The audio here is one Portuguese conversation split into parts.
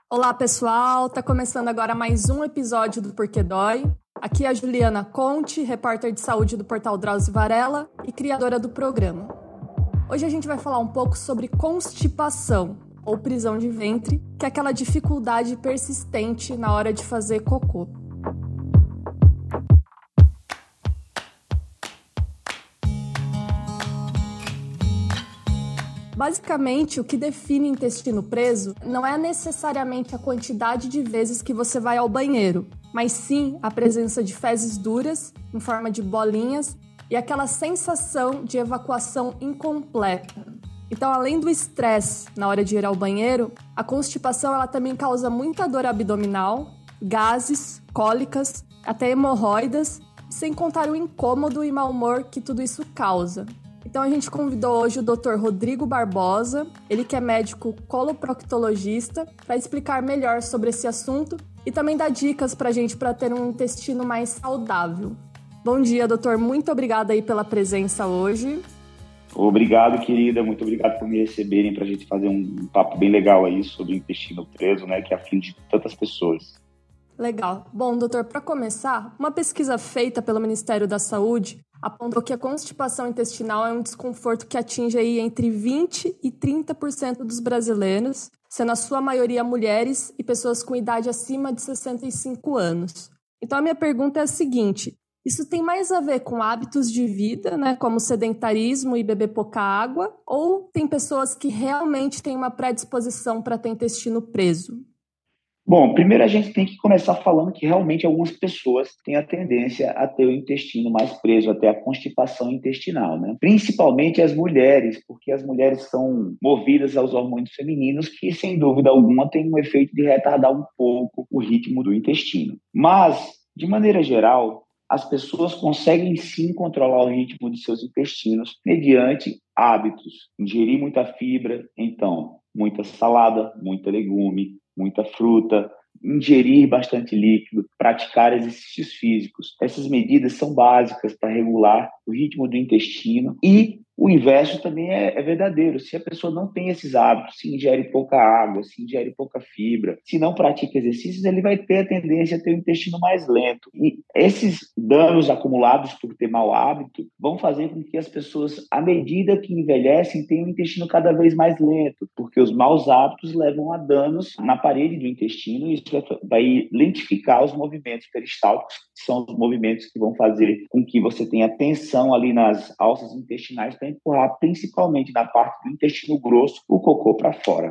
Olá, pessoal! Tá começando agora mais um episódio do Porquê Dói. Aqui é a Juliana Conte, repórter de saúde do portal Drauzio Varela e criadora do programa. Hoje a gente vai falar um pouco sobre constipação, ou prisão de ventre, que é aquela dificuldade persistente na hora de fazer cocô. Basicamente, o que define intestino preso não é necessariamente a quantidade de vezes que você vai ao banheiro, mas sim a presença de fezes duras, em forma de bolinhas, e aquela sensação de evacuação incompleta. Então, além do estresse na hora de ir ao banheiro, a constipação ela também causa muita dor abdominal, gases, cólicas, até hemorroidas, sem contar o incômodo e mau humor que tudo isso causa. Então a gente convidou hoje o Dr. Rodrigo Barbosa, ele que é médico coloproctologista, para explicar melhor sobre esse assunto e também dar dicas para a gente para ter um intestino mais saudável. Bom dia, doutor. Muito obrigada aí pela presença hoje. Obrigado, querida. Muito obrigado por me receberem para a gente fazer um papo bem legal aí sobre o intestino preso, né, que aflige tantas pessoas. Legal. Bom, doutor, para começar, uma pesquisa feita pelo Ministério da Saúde apontou que a constipação intestinal é um desconforto que atinge aí entre 20% e 30% dos brasileiros, sendo a sua maioria mulheres e pessoas com idade acima de 65 anos. Então a minha pergunta é a seguinte: isso tem mais a ver com hábitos de vida, né, como sedentarismo e beber pouca água, ou tem pessoas que realmente têm uma predisposição para ter intestino preso? Bom, primeiro a gente tem que começar falando que realmente algumas pessoas têm a tendência a ter o intestino mais preso, até a constipação intestinal, né? Principalmente as mulheres, porque as mulheres são movidas aos hormônios femininos que, sem dúvida alguma, têm um efeito de retardar um pouco o ritmo do intestino. Mas, de maneira geral, as pessoas conseguem sim controlar o ritmo de seus intestinos mediante hábitos. Ingerir muita fibra, então, muita salada, muita legume, muita fruta, ingerir bastante líquido, praticar exercícios físicos. Essas medidas são básicas para regular o ritmo do intestino e o inverso também é verdadeiro. Se a pessoa não tem esses hábitos, se ingere pouca água, se ingere pouca fibra, se não pratica exercícios, ele vai ter a tendência a ter o intestino mais lento. E esses danos acumulados por ter mau hábito vão fazer com que as pessoas, à medida que envelhecem, tenham o intestino cada vez mais lento, porque os maus hábitos levam a danos na parede do intestino e isso vai lentificar os movimentos peristálticos, que são os movimentos que vão fazer com que você tenha tensão ali nas alças intestinais para empurrar, principalmente na parte do intestino grosso, o cocô para fora.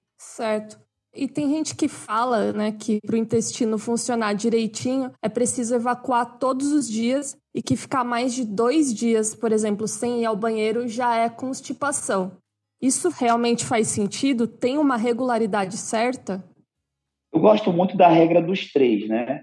Certo. E tem gente que fala, né, que para o intestino funcionar direitinho é preciso evacuar todos os dias e que ficar mais de 2 dias, por exemplo, sem ir ao banheiro já é constipação. Isso realmente faz sentido? Tem uma regularidade certa? Eu gosto muito da regra dos 3, né?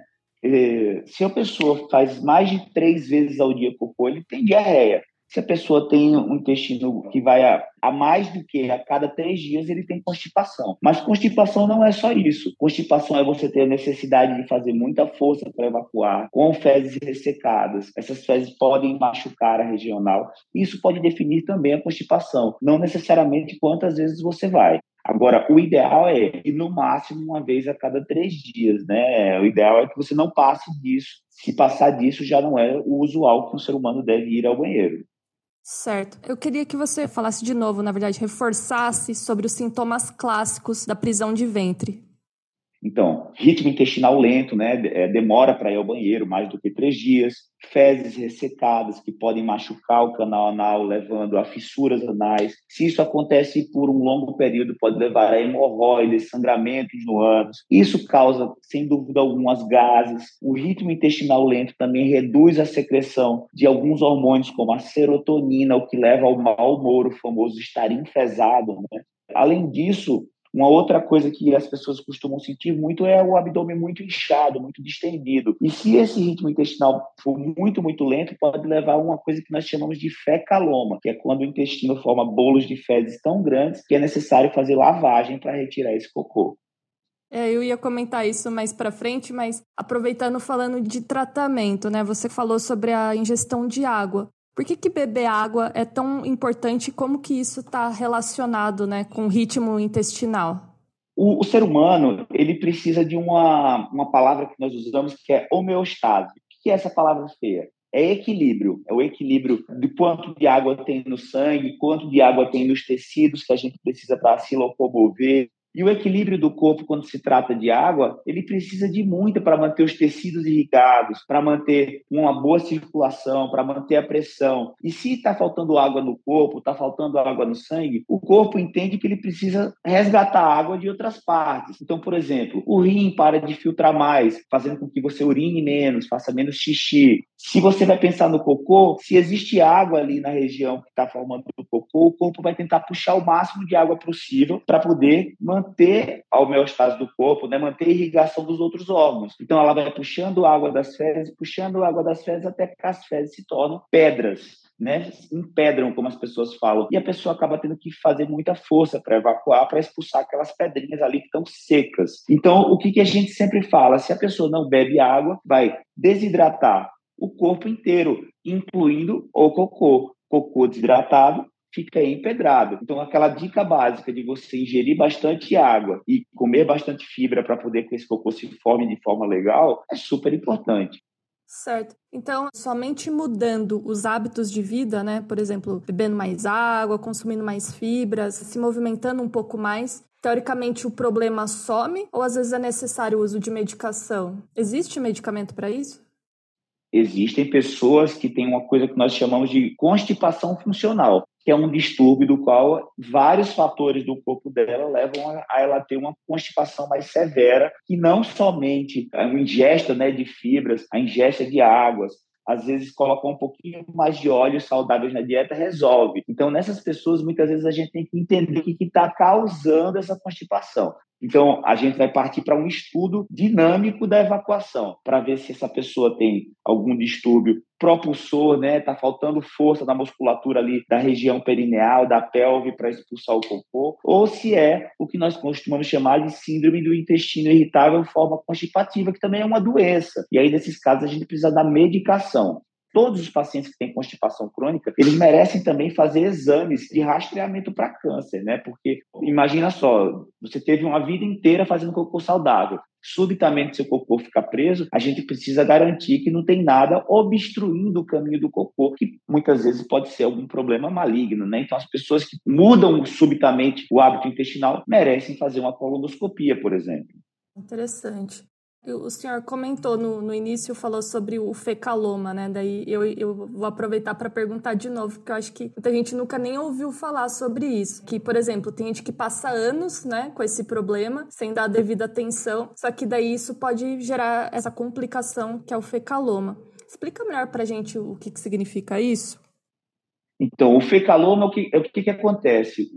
Se a pessoa faz mais de 3 vezes ao dia cocô, ele tem diarreia. Se a pessoa tem um intestino que vai a mais do que a cada 3 dias, ele tem constipação. Mas constipação não é só isso. Constipação é você ter a necessidade de fazer muita força para evacuar, com fezes ressecadas. Essas fezes podem machucar a regional. Isso pode definir também a constipação. Não necessariamente quantas vezes você vai. Agora, o ideal é ir no máximo uma vez a cada 3 dias, né? O ideal é que você não passe disso. Se passar disso, já não é o usual que um ser humano deve ir ao banheiro. Certo. Eu queria que você falasse de novo, na verdade, reforçasse sobre os sintomas clássicos da prisão de ventre. Então, ritmo intestinal lento, né? Demora para ir ao banheiro mais do que 3 dias. Fezes ressecadas que podem machucar o canal anal, levando a fissuras anais. Se isso acontece por um longo período, pode levar a hemorroides, sangramentos no ânus. Isso causa, sem dúvida alguma, gases. O ritmo intestinal lento também reduz a secreção de alguns hormônios, como a serotonina, o que leva ao mau humor, o famoso estar enfesado, né? Além disso, uma outra coisa que as pessoas costumam sentir muito é o abdômen muito inchado, muito distendido. E se esse ritmo intestinal for muito, muito lento, pode levar a uma coisa que nós chamamos de fecaloma, que é quando o intestino forma bolos de fezes tão grandes que é necessário fazer lavagem para retirar esse cocô. Eu ia comentar isso mais para frente, mas aproveitando falando de tratamento, né? Você falou sobre a ingestão de água. Por que beber água é tão importante e como que isso está relacionado, né, com o ritmo intestinal? O ser humano, ele precisa de uma palavra que nós usamos que é homeostase. O que é essa palavra feia? É equilíbrio. É o equilíbrio de quanto de água tem no sangue, quanto de água tem nos tecidos que a gente precisa para se locomover. E o equilíbrio do corpo, quando se trata de água, ele precisa de muita para manter os tecidos irrigados, para manter uma boa circulação, para manter a pressão. E se está faltando água no corpo, está faltando água no sangue, o corpo entende que ele precisa resgatar água de outras partes. Então, por exemplo, o rim para de filtrar mais, fazendo com que você urine menos, faça menos xixi. Se você vai pensar no cocô, se existe água ali na região que está formando o cocô, o corpo vai tentar puxar o máximo de água possível para poder manter a homeostase do corpo, né? Manter a irrigação dos outros órgãos. Então, ela vai puxando água das fezes, até que as fezes se tornam pedras, né? Empedram, como as pessoas falam. E a pessoa acaba tendo que fazer muita força para evacuar, para expulsar aquelas pedrinhas ali que estão secas. Então, o que a gente sempre fala? Se a pessoa não bebe água, vai desidratar o corpo inteiro, incluindo o cocô. Cocô desidratado fica empedrado. Então, aquela dica básica de você ingerir bastante água e comer bastante fibra para poder que esse cocô se forme de forma legal é super importante. Certo. Então, somente mudando os hábitos de vida, né? Por exemplo, bebendo mais água, consumindo mais fibras, se movimentando um pouco mais, teoricamente o problema some ou às vezes é necessário o uso de medicação? Existe medicamento para isso? Existem pessoas que têm uma coisa que nós chamamos de constipação funcional, que é um distúrbio do qual vários fatores do corpo dela levam a ela ter uma constipação mais severa, que não somente a ingesta, né, de fibras, a ingesta de águas, às vezes colocar um pouquinho mais de óleos saudáveis na dieta resolve. Então, nessas pessoas, muitas vezes a gente tem que entender o que está causando essa constipação. Então, a gente vai partir para um estudo dinâmico da evacuação, para ver se essa pessoa tem algum distúrbio propulsor, né? Está faltando força na musculatura ali da região perineal, da pelve para expulsar o cocô, ou se é o que nós costumamos chamar de síndrome do intestino irritável forma constipativa, que também é uma doença. E aí, nesses casos, a gente precisa da medicação. Todos os pacientes que têm constipação crônica, eles merecem também fazer exames de rastreamento para câncer, né? Porque imagina só, você teve uma vida inteira fazendo cocô saudável. Subitamente seu cocô fica preso, a gente precisa garantir que não tem nada obstruindo o caminho do cocô, que muitas vezes pode ser algum problema maligno, né? Então, as pessoas que mudam subitamente o hábito intestinal merecem fazer uma colonoscopia, por exemplo. Interessante. O senhor comentou no início, falou sobre o fecaloma, né? Daí eu vou aproveitar para perguntar de novo, porque eu acho que muita gente nunca nem ouviu falar sobre isso. Que, por exemplo, tem gente que passa anos, né, com esse problema, sem dar a devida atenção, só que daí isso pode gerar essa complicação que é o fecaloma. Explica melhor para a gente o que significa isso? Então, o fecaloma, o que acontece?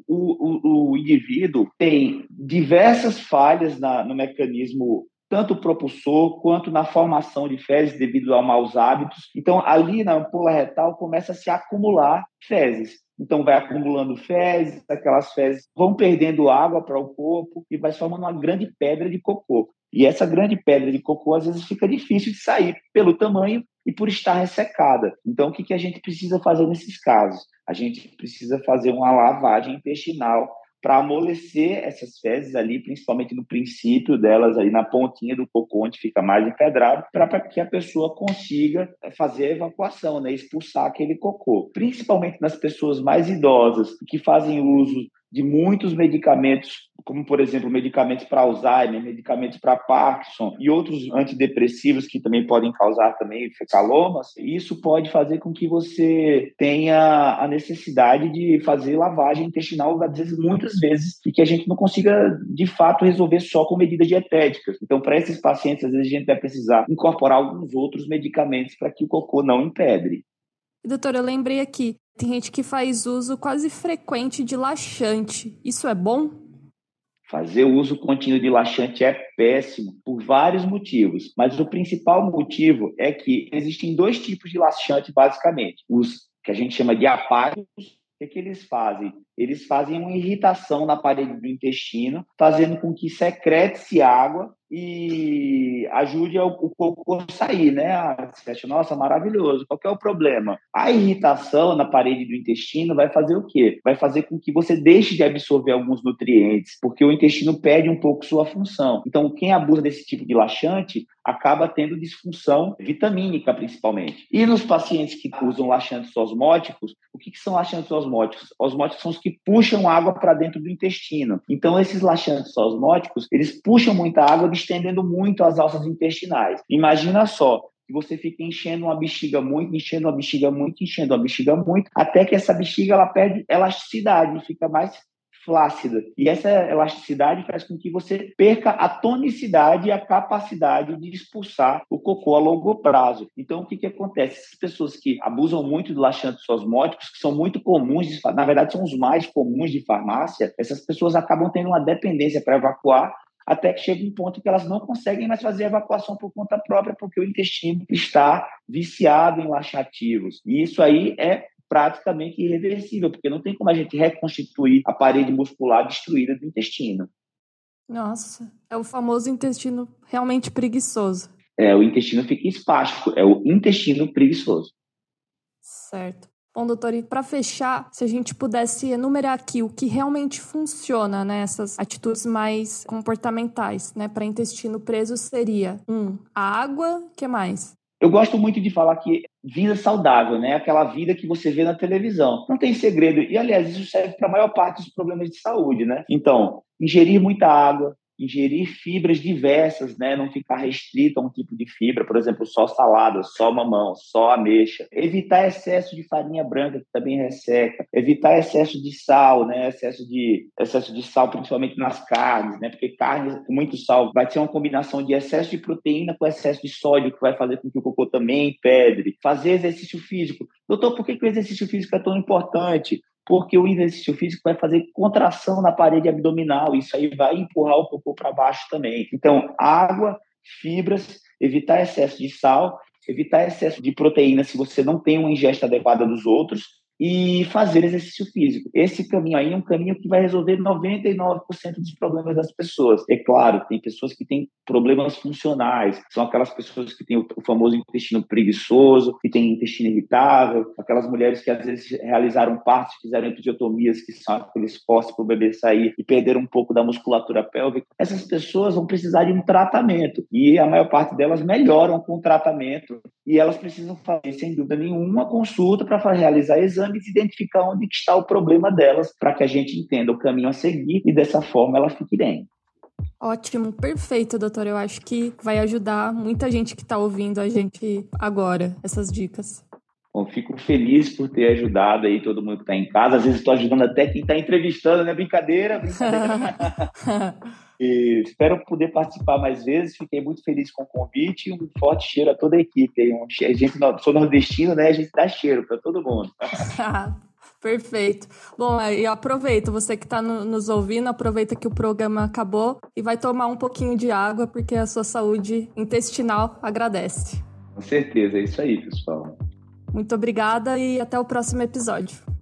O indivíduo tem diversas falhas no mecanismo, tanto propulsor quanto na formação de fezes devido a maus hábitos. Então, ali na ampola retal começa a se acumular fezes. Então, vai acumulando fezes, aquelas fezes vão perdendo água para o corpo e vai se formando uma grande pedra de cocô. E essa grande pedra de cocô, às vezes, fica difícil de sair pelo tamanho e por estar ressecada. Então, o que a gente precisa fazer nesses casos? A gente precisa fazer uma lavagem intestinal para amolecer essas fezes ali, principalmente no princípio delas, ali na pontinha do cocô, onde fica mais empedrado, para que a pessoa consiga fazer a evacuação, né, expulsar aquele cocô. Principalmente nas pessoas mais idosas, que fazem uso de muitos medicamentos, como, por exemplo, medicamentos para Alzheimer, medicamentos para Parkinson e outros antidepressivos que também podem causar também fecalomas. Isso pode fazer com que você tenha a necessidade de fazer lavagem intestinal, às vezes, muitas vezes, e que a gente não consiga, de fato, resolver só com medidas dietéticas. Então, para esses pacientes, às vezes, a gente vai precisar incorporar alguns outros medicamentos para que o cocô não empedre. Doutora, eu lembrei aqui, tem gente que faz uso quase frequente de laxante. Isso é bom? Fazer o uso contínuo de laxante é péssimo por vários motivos, mas o principal motivo é que existem dois tipos de laxante, basicamente. Os que a gente chama de apáticos, o que eles fazem? Eles fazem uma irritação na parede do intestino, fazendo com que secrete-se água e ajude o cocô a sair, né? Você acha, nossa, maravilhoso. Qual que é o problema? A irritação na parede do intestino vai fazer o quê? Vai fazer com que você deixe de absorver alguns nutrientes, porque o intestino perde um pouco sua função. Então, quem abusa desse tipo de laxante acaba tendo disfunção vitamínica, principalmente. E nos pacientes que usam laxantes osmóticos, o que são laxantes osmóticos? Osmóticos são os que puxam água para dentro do intestino. Então, esses laxantes osmóticos, eles puxam muita água, distendendo muito as alças intestinais. Imagina só, que você fica enchendo uma bexiga muito, enchendo uma bexiga muito, enchendo uma bexiga muito, até que essa bexiga ela perde elasticidade, fica mais flácida. E essa elasticidade faz com que você perca a tonicidade e a capacidade de expulsar o cocô a longo prazo. Então, o que acontece? Essas pessoas que abusam muito de laxantes osmóticos, que são muito comuns, na verdade, são os mais comuns de farmácia, essas pessoas acabam tendo uma dependência para evacuar, até que chega um ponto que elas não conseguem mais fazer a evacuação por conta própria, porque o intestino está viciado em laxativos. E isso aí é praticamente irreversível, porque não tem como a gente reconstituir a parede muscular destruída do intestino. Nossa, é o famoso intestino realmente preguiçoso. O intestino fica espástico, é o intestino preguiçoso. Certo. Bom, doutor, e para fechar, se a gente pudesse enumerar aqui o que realmente funciona, né, essas atitudes mais comportamentais, né, para intestino preso seria a água, o que mais? Eu gosto muito de falar que vida saudável, né? Aquela vida que você vê na televisão. Não tem segredo. E, aliás, isso serve para a maior parte dos problemas de saúde, né? Então, ingerir muita água, ingerir fibras diversas, né? Não ficar restrito a um tipo de fibra, por exemplo, só salada, só mamão, só ameixa. Evitar excesso de farinha branca, que também resseca. Evitar excesso de sal, né? Excesso de sal, principalmente nas carnes, né? Porque carne com muito sal vai ser uma combinação de excesso de proteína com excesso de sódio, que vai fazer com que o cocô também empedre. Fazer exercício físico. Doutor, por que o exercício físico é tão importante? Porque o exercício físico vai fazer contração na parede abdominal, isso aí vai empurrar o cocô para baixo também. Então, água, fibras, evitar excesso de sal, evitar excesso de proteína se você não tem uma ingesta adequada dos outros, e fazer exercício físico. Esse caminho aí é um caminho que vai resolver 99% dos problemas das pessoas. É claro, tem pessoas que têm problemas funcionais, são aquelas pessoas que têm o famoso intestino preguiçoso, que têm intestino irritável, aquelas mulheres que às vezes realizaram partos, fizeram episiotomias, que são aqueles forces para o bebê sair e perderam um pouco da musculatura pélvica. Essas pessoas vão precisar de um tratamento e a maior parte delas melhoram com o tratamento e elas precisam fazer, sem dúvida nenhuma, uma consulta para realizar exames e identificar onde está o problema delas, para que a gente entenda o caminho a seguir e dessa forma ela fique bem. Ótimo, perfeito, doutor. Eu acho que vai ajudar muita gente que está ouvindo a gente agora, essas dicas. Bom, fico feliz por ter ajudado aí todo mundo que está em casa. Às vezes estou ajudando até quem está entrevistando, né? Brincadeira. E espero poder participar mais vezes. Fiquei muito feliz com o convite. Um forte cheiro a toda a equipe. A gente, sou nordestino, né? A gente dá cheiro para todo mundo. Perfeito. Bom, e aproveita, você que está nos ouvindo, aproveita que o programa acabou e vai tomar um pouquinho de água, porque a sua saúde intestinal agradece. Com certeza, é isso aí, pessoal. Muito obrigada e até o próximo episódio.